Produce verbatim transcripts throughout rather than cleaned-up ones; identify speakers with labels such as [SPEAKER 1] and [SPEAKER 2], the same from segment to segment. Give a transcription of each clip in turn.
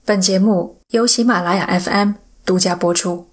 [SPEAKER 1] 本节目由喜马拉雅 F M 独家播出。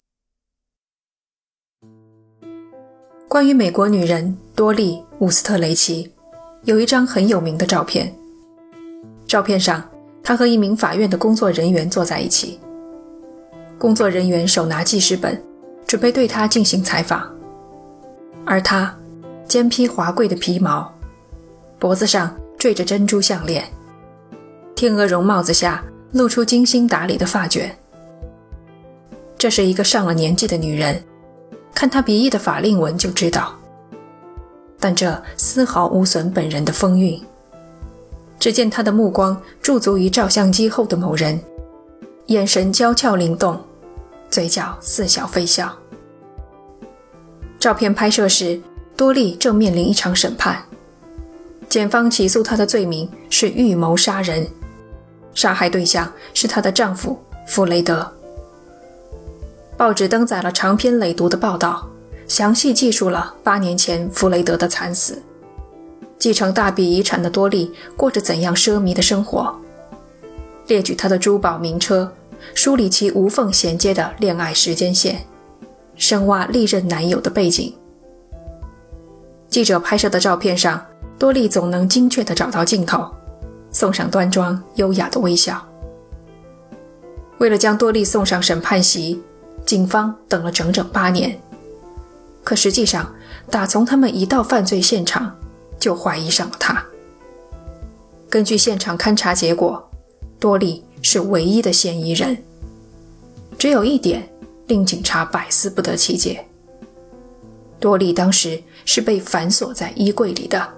[SPEAKER 1] 关于美国女人多莉·伍斯特雷奇，有一张很有名的照片。照片上，她和一名法院的工作人员坐在一起。工作人员手拿记事本，准备对她进行采访。而她，肩披华贵的皮毛，脖子上缀着珍珠项链，天鹅绒帽子下露出精心打理的发卷。这是一个上了年纪的女人，看她鼻翼的法令纹就知道。但这丝毫无损本人的风韵。只见她的目光驻足于照相机后的某人，眼神娇俏灵动，嘴角似笑非笑。照片拍摄时，多莉正面临一场审判。检方起诉她的罪名是预谋杀人，杀害对象是她的丈夫弗雷德。报纸登载了长篇累牍的报道，详细记述了八年前弗雷德的惨死。继承大笔遗产的多莉过着怎样奢靡的生活，列举她的珠宝名车，梳理其无缝衔接的恋爱时间线，深挖历任男友的背景。记者拍摄的照片上，多莉总能精确地找到镜头，送上端庄优雅的微笑。为了将多莉送上审判席，警方等了整整八年。可实际上，打从他们一到犯罪现场，就怀疑上了她。根据现场勘查结果，多莉是唯一的嫌疑人。只有一点令警察百思不得其解：多莉当时是被反锁在衣柜里的。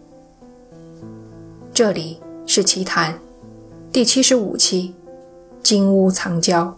[SPEAKER 1] 这里是奇谈第七十五期，金屋藏娇。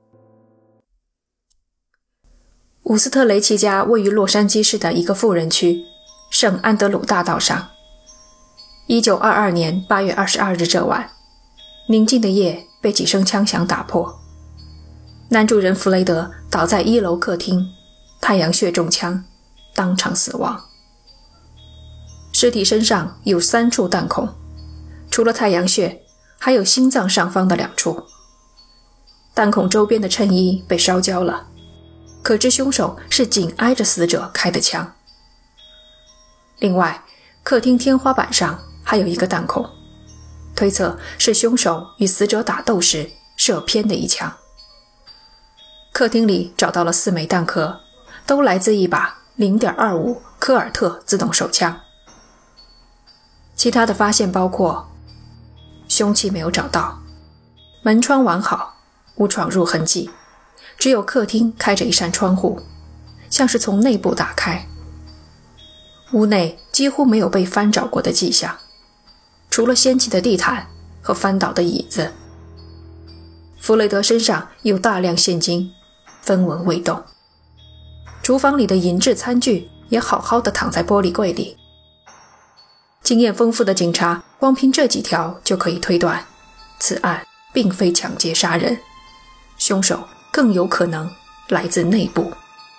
[SPEAKER 1] 伍斯特雷奇家位于洛杉矶市的一个富人区，圣安德鲁大道上。一九二二年八月二十二日这晚，宁静的夜被几声枪响打破。男主人弗雷德倒在一楼客厅，太阳穴中枪，当场死亡。尸体身上有三处弹孔，除了太阳穴，还有心脏上方的两处。弹孔周边的衬衣被烧焦了，可知凶手是紧挨着死者开的枪。另外，客厅天花板上还有一个弹孔，推测是凶手与死者打斗时射偏的一枪。客厅里找到了四枚弹壳，都来自一把 零点二五 科尔特自动手枪。其他的发现包括：凶器没有找到，门窗完好，无闯入痕迹，只有客厅开着一扇窗户，像是从内部打开。屋内几乎没有被翻找过的迹象，除了掀起的地毯和翻倒的椅子。弗雷德身上有大量现金，分文未动。厨房里的银质餐具也好好的躺在玻璃柜里。经验丰富的警察光凭这几条就可以推断，此案并非抢劫杀人，凶手更有可能来自内部。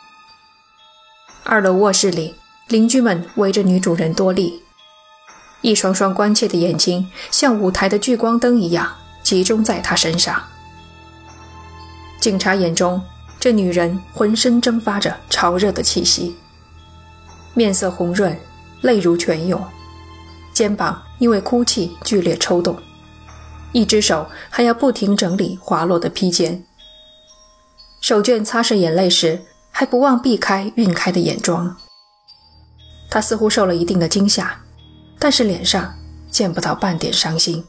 [SPEAKER 1] 二楼卧室里，邻居们围着女主人多莉，一双双关切的眼睛像舞台的聚光灯一样集中在她身上。警察眼中，这女人浑身蒸发着潮热的气息，面色红润，泪如泉涌，肩膀因为哭泣剧烈抽动，一只手还要不停整理滑落的披肩。手绢擦拭眼泪时，还不忘避开晕开的眼妆。她似乎受了一定的惊吓，但是脸上见不到半点伤心。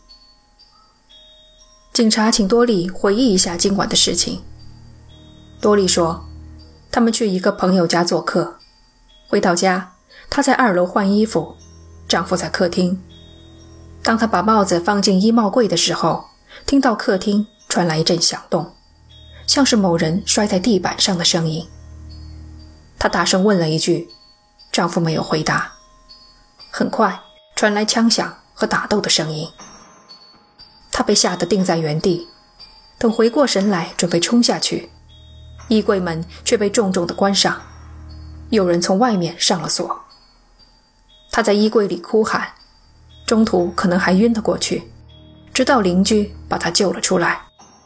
[SPEAKER 1] 警察请多莉回忆一下今晚的事情。多莉说，他们去一个朋友家做客，回到家，她在二楼换衣服，丈夫在客厅。当她把帽子放进衣帽柜的时候，听到客厅传来一阵响动，像是某人摔在地板上的声音。她大声问了一句，丈夫没有回答。很快传来枪响和打斗的声音，她被吓得定在原地，等回过神来准备冲下去，衣柜门却被重重地关上，有人从外面上了锁。她在衣柜里哭喊，中途可能还晕了过去， 直到邻居把他救了出来。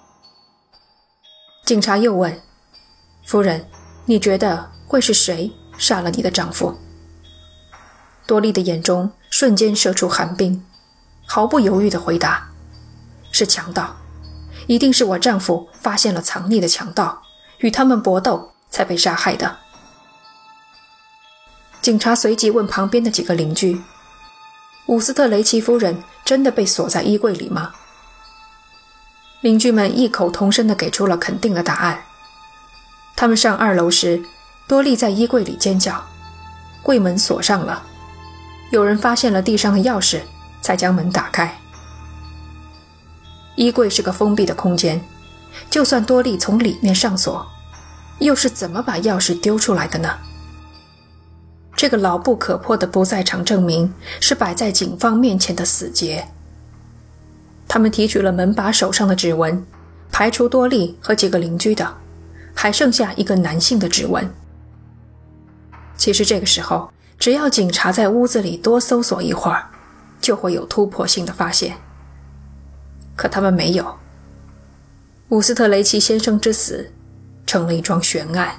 [SPEAKER 1] 警察又问：夫人，你觉得会是谁杀了你的丈夫？多莉的眼中瞬间射出寒冰，毫不犹豫地回答：是强盗，一定是我丈夫发现了藏匿的强盗，与他们搏斗才被杀害的。警察随即问旁边的几个邻居：伍斯特雷奇夫人真的被锁在衣柜里吗？邻居们异口同声地给出了肯定的答案。他们上二楼时，多莉在衣柜里尖叫，柜门锁上了，有人发现了地上的钥匙，才将门打开。衣柜是个封闭的空间，就算多莉从里面上锁，又是怎么把钥匙丢出来的呢？这个牢不可破的不在场证明是摆在警方面前的死结。他们提取了门把手上的指纹，排除多莉和几个邻居的，还剩下一个男性的指纹。其实这个时候，只要警察在屋子里多搜索一会儿，就会有突破性的发现。可他们没有。伍斯特雷奇先生之死成了一桩悬案。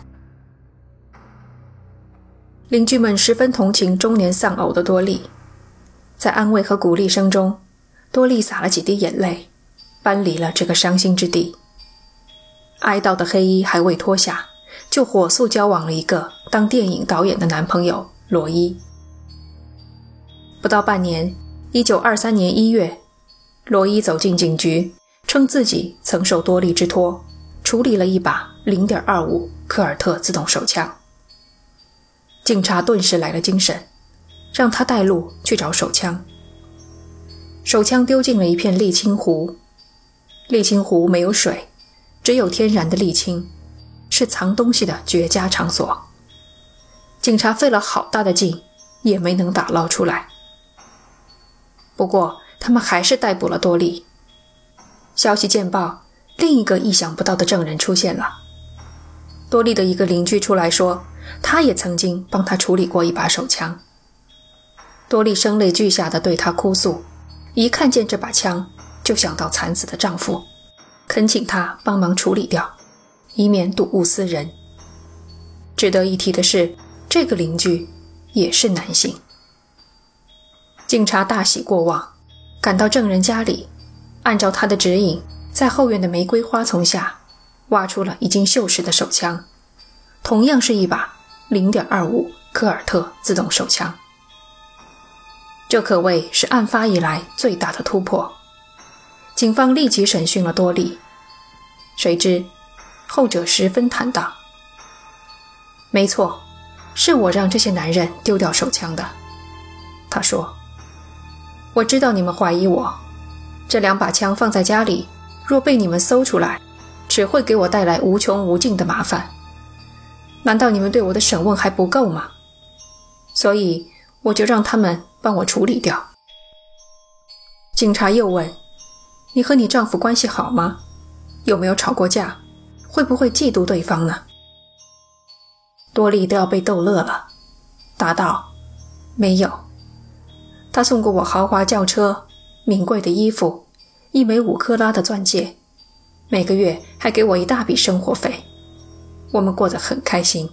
[SPEAKER 1] 邻居们十分同情中年丧偶的多莉，在安慰和鼓励声中，多莉洒了几滴眼泪，搬离了这个伤心之地。哀悼的黑衣还未脱下，就火速交往了一个当电影导演的男朋友罗伊。不到半年，一九二三年一月，罗伊走进警局，称自己曾受多莉之托，处理了一把 零点二五 科尔特自动手枪。警察顿时来了精神，让他带路去找手枪。手枪丢进了一片沥青湖，沥青湖没有水，只有天然的沥青，是藏东西的绝佳场所。警察费了好大的劲，也没能打捞出来。不过他们还是逮捕了多莉。消息见报，另一个意想不到的证人出现了。多莉的一个邻居出来说，他也曾经帮他处理过一把手枪。多莉声泪俱下地对他哭诉，一看见这把枪就想到惨死的丈夫，恳请他帮忙处理掉，以免睹物思人。值得一提的是，这个邻居也是男性。警察大喜过望，赶到证人家里，按照他的指引，在后院的玫瑰花丛下挖出了已经锈蚀的手枪，同样是一把 零点二五 科尔特自动手枪。这可谓是案发以来最大的突破。警方立即审讯了多莉，谁知后者十分坦荡：没错，是我让这些男人丢掉手枪的。他说，我知道你们怀疑我，这两把枪放在家里，若被你们搜出来，只会给我带来无穷无尽的麻烦。难道你们对我的审问还不够吗？所以我就让他们帮我处理掉。警察又问，你和你丈夫关系好吗？有没有吵过架？会不会嫉妒对方呢？多莉都要被逗乐了，答道，没有。他送过我豪华轿车、名贵的衣服、一枚五克拉的钻戒，每个月还给我一大笔生活费，我们过得很开心。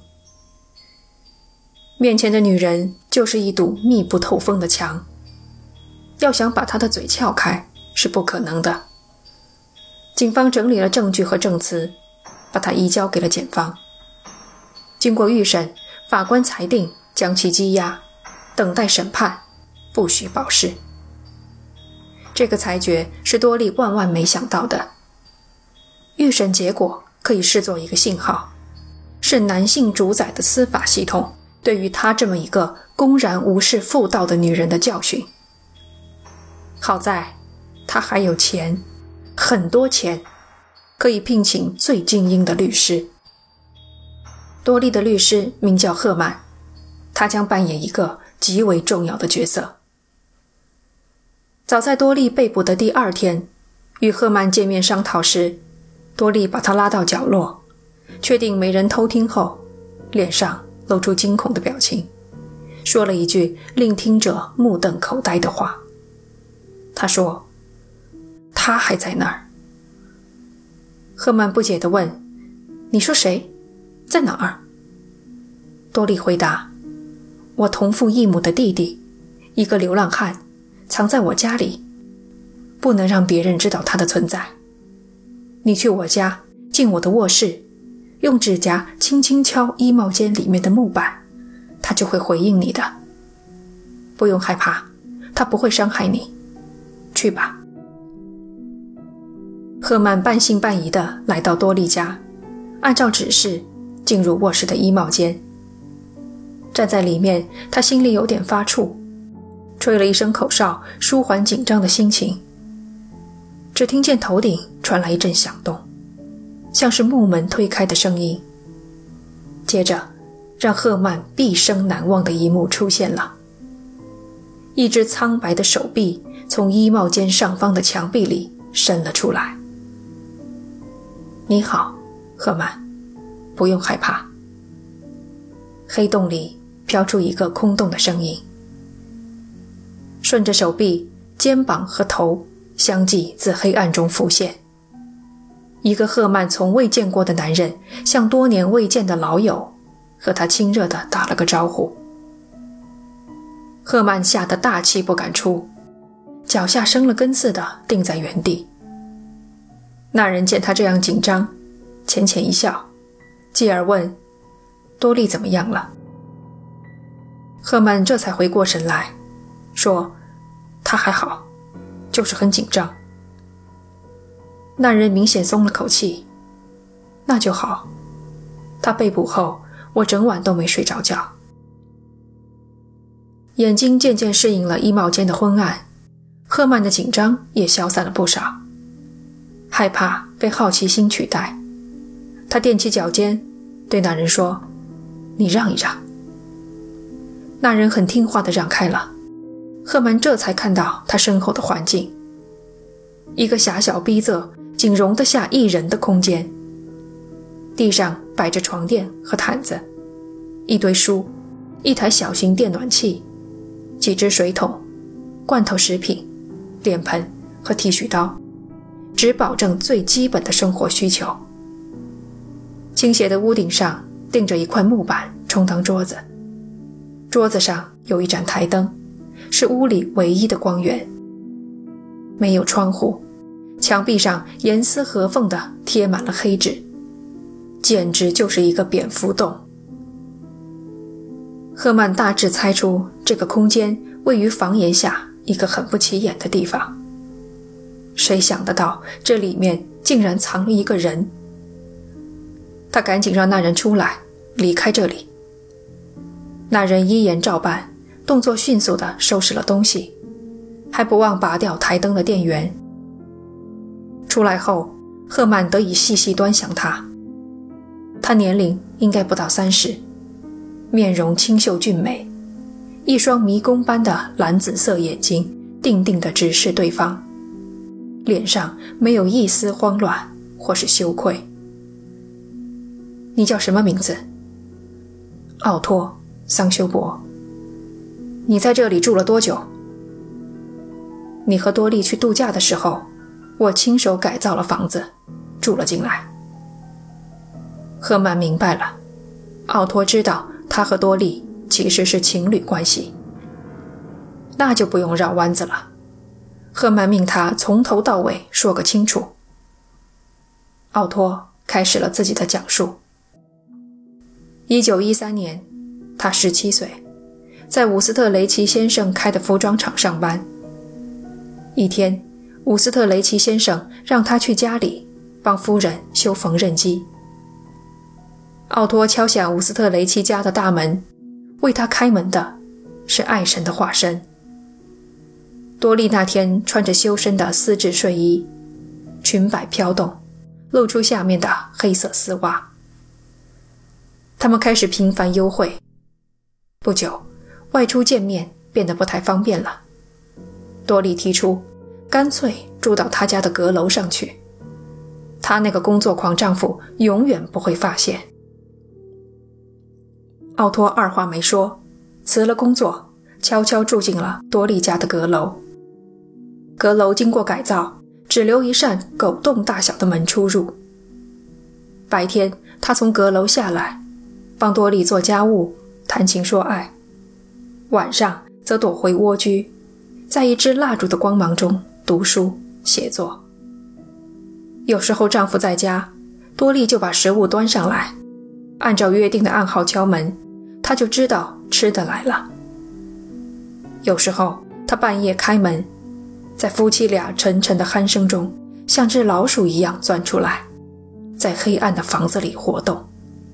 [SPEAKER 1] 面前的女人就是一堵密不透风的墙，要想把她的嘴撬开是不可能的。警方整理了证据和证词，把她移交给了检方。经过预审，法官裁定将其羁押，等待审判，不许保释。这个裁决是多莉万万没想到的。预审结果可以视作一个信号，是男性主宰的司法系统对于她这么一个公然无视妇道的女人的教训。好在她还有钱，很多钱，可以聘请最精英的律师。多莉的律师名叫赫曼，他将扮演一个极为重要的角色。早在多莉被捕的第二天，与赫曼见面商讨时，多莉把他拉到角落，确定没人偷听后，脸上露出惊恐的表情，说了一句令听者目瞪口呆的话。他说， 他还在那儿。赫曼不解地问：你说谁？在哪儿？多莉回答：我同父异母的弟弟，一个流浪汉，藏在我家里，不能让别人知道他的存在。你去我家，进我的卧室，用指甲轻轻敲衣帽间里面的木板，他就会回应你的。不用害怕，他不会伤害你。去吧。赫曼半信半疑地来到多莉家，按照指示进入卧室的衣帽间。站在里面，他心里有点发怵，吹了一声口哨，舒缓紧张的心情。只听见头顶传来一阵响动，像是木门推开的声音。接着，让赫曼毕生难忘的一幕出现了。一只苍白的手臂从衣帽间上方的墙壁里伸了出来。你好，赫曼，不用害怕。黑洞里飘出一个空洞的声音。顺着手臂、肩膀和头相继自黑暗中浮现，一个赫曼从未见过的男人像多年未见的老友，和他亲热地打了个招呼。赫曼吓得大气不敢出，脚下生了根似的定在原地。那人见他这样紧张，浅浅一笑，继而问：多莉怎么样了？赫曼这才回过神来，说：他还好，就是很紧张。那人明显松了口气：那就好，他被捕后，我整晚都没睡着觉。眼睛渐渐适应了衣帽间的昏暗，赫曼的紧张也消散了不少，害怕被好奇心取代。他踮起脚尖，对那人说：你让一让。那人很听话地让开了，赫曼这才看到他身后的环境，一个狭小逼仄仅容得下一人的空间。地上摆着床垫和毯子，一堆书，一台小型电暖器，几只水桶、罐头食品、脸盆和剃须刀，只保证最基本的生活需求。倾斜的屋顶上钉着一块木板充当桌子，桌子上有一盏台灯，是屋里唯一的光源。没有窗户，墙壁上严丝合缝地贴满了黑纸，简直就是一个蝙蝠洞。赫曼大致猜出这个空间位于房檐下一个很不起眼的地方，谁想得到这里面竟然藏了一个人。他赶紧让那人出来，离开这里。那人依言照办，动作迅速地收拾了东西，还不忘拔掉台灯的电源。出来后，赫曼得以细细端详他。他年龄应该不到三十，面容清秀俊美，一双迷宫般的蓝紫色眼睛定定地直视对方，脸上没有一丝慌乱或是羞愧。你叫什么名字？奥托·桑修伯。你在这里住了多久？你和多莉去度假的时候，我亲手改造了房子，住了进来。赫曼明白了，奥托知道他和多莉其实是情侣关系。那就不用绕弯子了，赫曼命他从头到尾说个清楚。奥托开始了自己的讲述。一九一三年，他十七岁，在伍斯特雷奇先生开的服装厂上班。一天，伍斯特雷奇先生让他去家里帮夫人修缝纫机。奥托敲响伍斯特雷奇家的大门，为他开门的是爱神的化身。多莉那天穿着修身的丝质睡衣，裙摆飘动，露出下面的黑色丝袜。他们开始频繁幽会，不久，外出见面变得不太方便了。多莉提出，干脆住到他家的阁楼上去，她那个工作狂丈夫永远不会发现。奥托二话没说，辞了工作，悄悄住进了多莉家的阁楼。阁楼经过改造， 只留一扇狗洞大小的门出入。白天他从阁楼下来，帮多莉做家务，谈情说爱，晚上则躲回蜗居，在一支蜡烛的光芒中读书写作。有时候丈夫在家，多莉就把食物端上来，按照约定的暗号敲门，她就知道吃的来了。有时候她半夜开门，在夫妻俩沉沉的鼾声中，像只老鼠一样钻出来，在黑暗的房子里活动。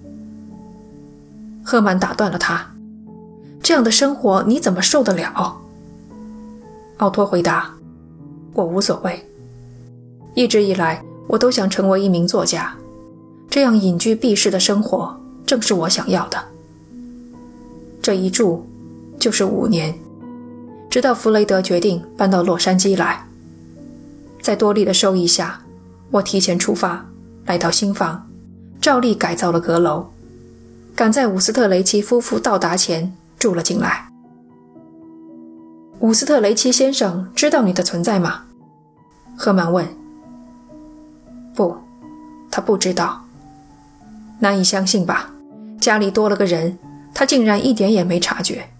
[SPEAKER 1] 赫曼打断了他：这样的生活你怎么受得了？奥托回答：我无所谓，一直以来我都想成为一名作家，这样隐居避世的生活正是我想要的。这一住就是五年，直到弗雷德决定搬到洛杉矶来。在多莉的授意下，我提前出发，来到新房，照例改造了阁楼，赶在伍斯特雷奇夫妇到达前住了进来。伍斯特雷奇先生知道你的存在吗？赫曼问。不，他不知道。难以相信吧，家里多了个人，他竟然一点也没察觉。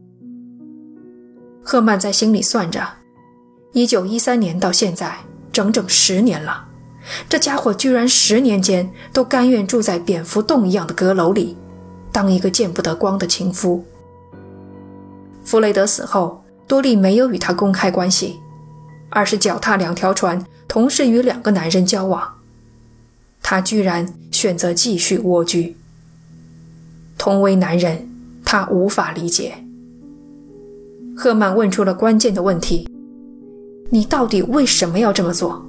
[SPEAKER 1] 赫曼在心里算着，一九一三年到现在整整十年了，这家伙居然十年间都甘愿住在蝙蝠洞一样的阁楼里，当一个见不得光的情夫。弗雷德死后，多莉没有与他公开关系，而是脚踏两条船，同时与两个男人交往。他居然选择继续蜗居。同为男人，他无法理解。赫曼问出了关键的问题：你到底为什么要这么做？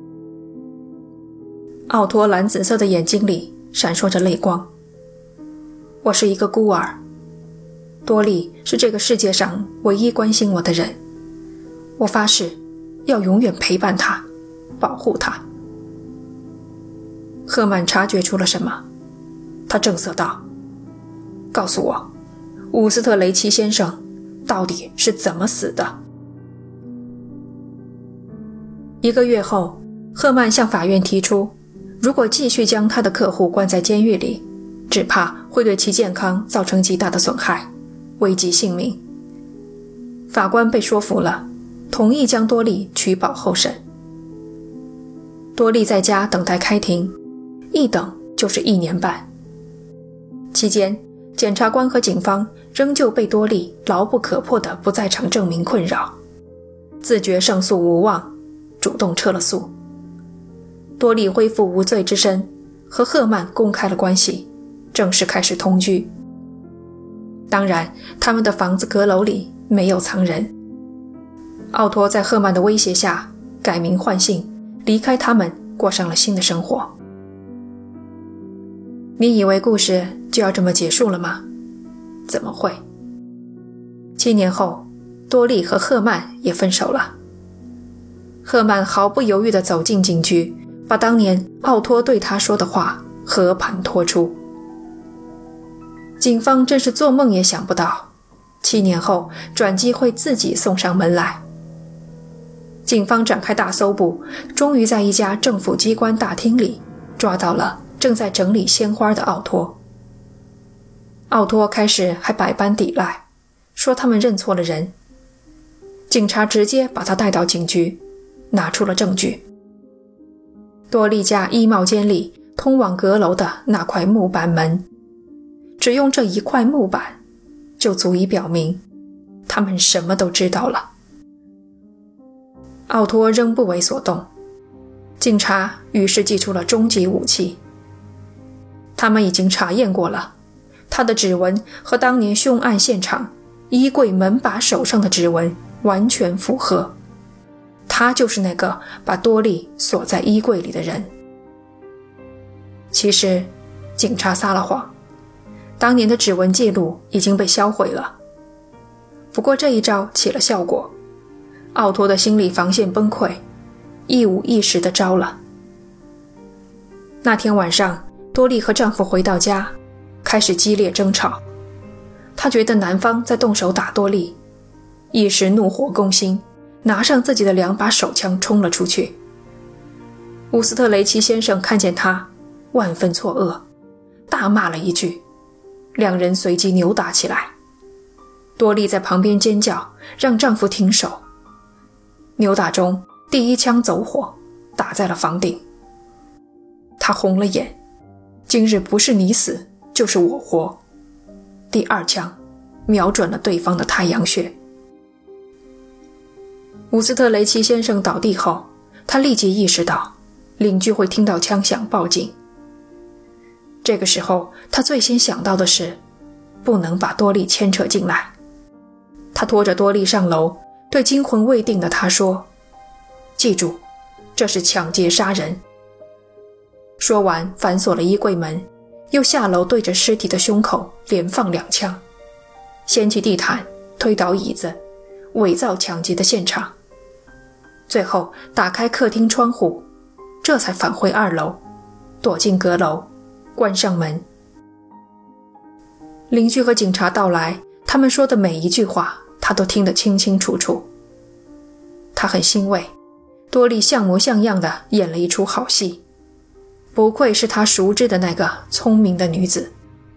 [SPEAKER 1] 奥托蓝紫色的眼睛里闪烁着泪光。我是一个孤儿，多莉是这个世界上唯一关心我的人，我发誓要永远陪伴她，保护她。赫曼察觉出了什么，他正色道：告诉我，伍斯特雷奇先生到底是怎么死的？一个月后，赫曼向法院提出，如果继续将他的客户关在监狱里，只怕会对其健康造成极大的损害，危及性命。法官被说服了，同意将多莉取保候审。多莉在家等待开庭，一等就是一年半。期间，检察官和警方仍旧被多莉牢不可破的不在场证明困扰，自觉胜诉无望，主动撤了诉。多莉恢复无罪之身，和赫曼公开了关系，正式开始同居。当然，他们的房子阁楼里没有藏人。奥托在赫曼的威胁下改名换姓，离开他们，过上了新的生活。你以为故事就要这么结束了吗？怎么会？七年后，多莉和赫曼也分手了。赫曼毫不犹豫地走进警局，把当年奥托对他说的话和盘托出。警方真是做梦也想不到，七年后转机会自己送上门来。警方展开大搜捕，终于在一家政府机关大厅里抓到了正在整理鲜花的奥托。奥托开始还百般抵赖，说他们认错了人。警察直接把他带到警局，拿出了证据。多莉家衣帽间里通往阁楼的那块木板门，只用这一块木板就足以表明他们什么都知道了。奥托仍不为所动，警察于是祭出了终极武器。他们已经查验过了，他的指纹和当年凶案现场衣柜门把手上的指纹完全符合，他就是那个把多莉锁在衣柜里的人。其实警察撒了谎，当年的指纹记录已经被销毁了。不过这一招起了效果，奥托的心理防线崩溃，一五一十地招了。那天晚上，多莉和丈夫回到家，开始激烈争吵。她觉得男方在动手打多莉，一时怒火攻心，拿上自己的两把手枪冲了出去， 伍斯特雷奇先生看见他，万分错愕，大骂了一句，两人随即扭打起来。多莉在旁边尖叫，让丈夫停手。扭打中，第一枪走火，打在了房顶。她红了眼，今日不是你死，就是我活。第二枪瞄准了对方的太阳穴。伍斯特雷奇先生倒地后，他立即意识到邻居会听到枪响报警。这个时候，他最先想到的是不能把多莉牵扯进来。他拖着多莉上楼，对惊魂未定的他说：记住，这是抢劫杀人。说完反锁了衣柜门，又下楼对着尸体的胸口连放两枪，掀起地毯，推倒椅子，伪造抢劫的现场。最后打开客厅窗户，这才返回二楼，躲进阁楼，关上门。邻居和警察到来，他们说的每一句话他都听得清清楚楚。他很欣慰，多莉像模像样地演了一出好戏，不愧是他熟知的那个聪明的女子。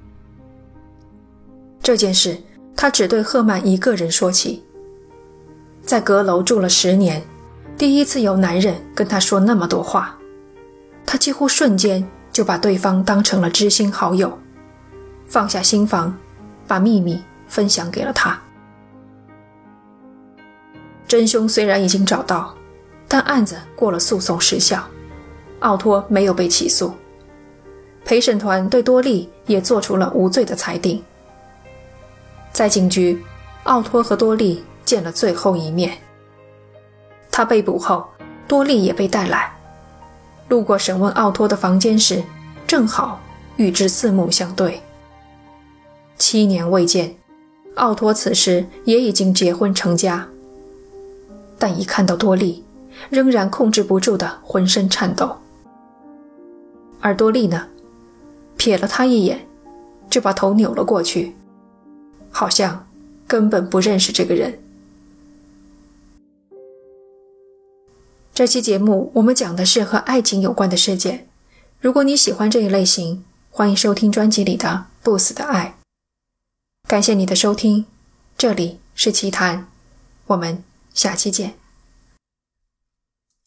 [SPEAKER 1] 这件事他只对赫曼一个人说起。在阁楼住了十年，第一次有男人跟他说那么多话，他几乎瞬间就把对方当成了知心好友，放下心防，把秘密分享给了他。真凶虽然已经找到，但案子过了诉讼时效，奥托没有被起诉。陪审团对多莉也做出了无罪的裁定。在警局，奥托和多莉见了最后一面。他被捕后，多莉也被带来。路过审问奥托的房间时，正好与之四目相对。七年未见，奥托此时也已经结婚成家，但一看到多莉，仍然控制不住的浑身颤抖。而多莉呢，瞥了他一眼，就把头扭了过去，好像根本不认识这个人。这期节目我们讲的是和爱情有关的事件，如果你喜欢这一类型，欢迎收听专辑里的《不死的爱》。感谢你的收听，这里是奇谈，我们下期见。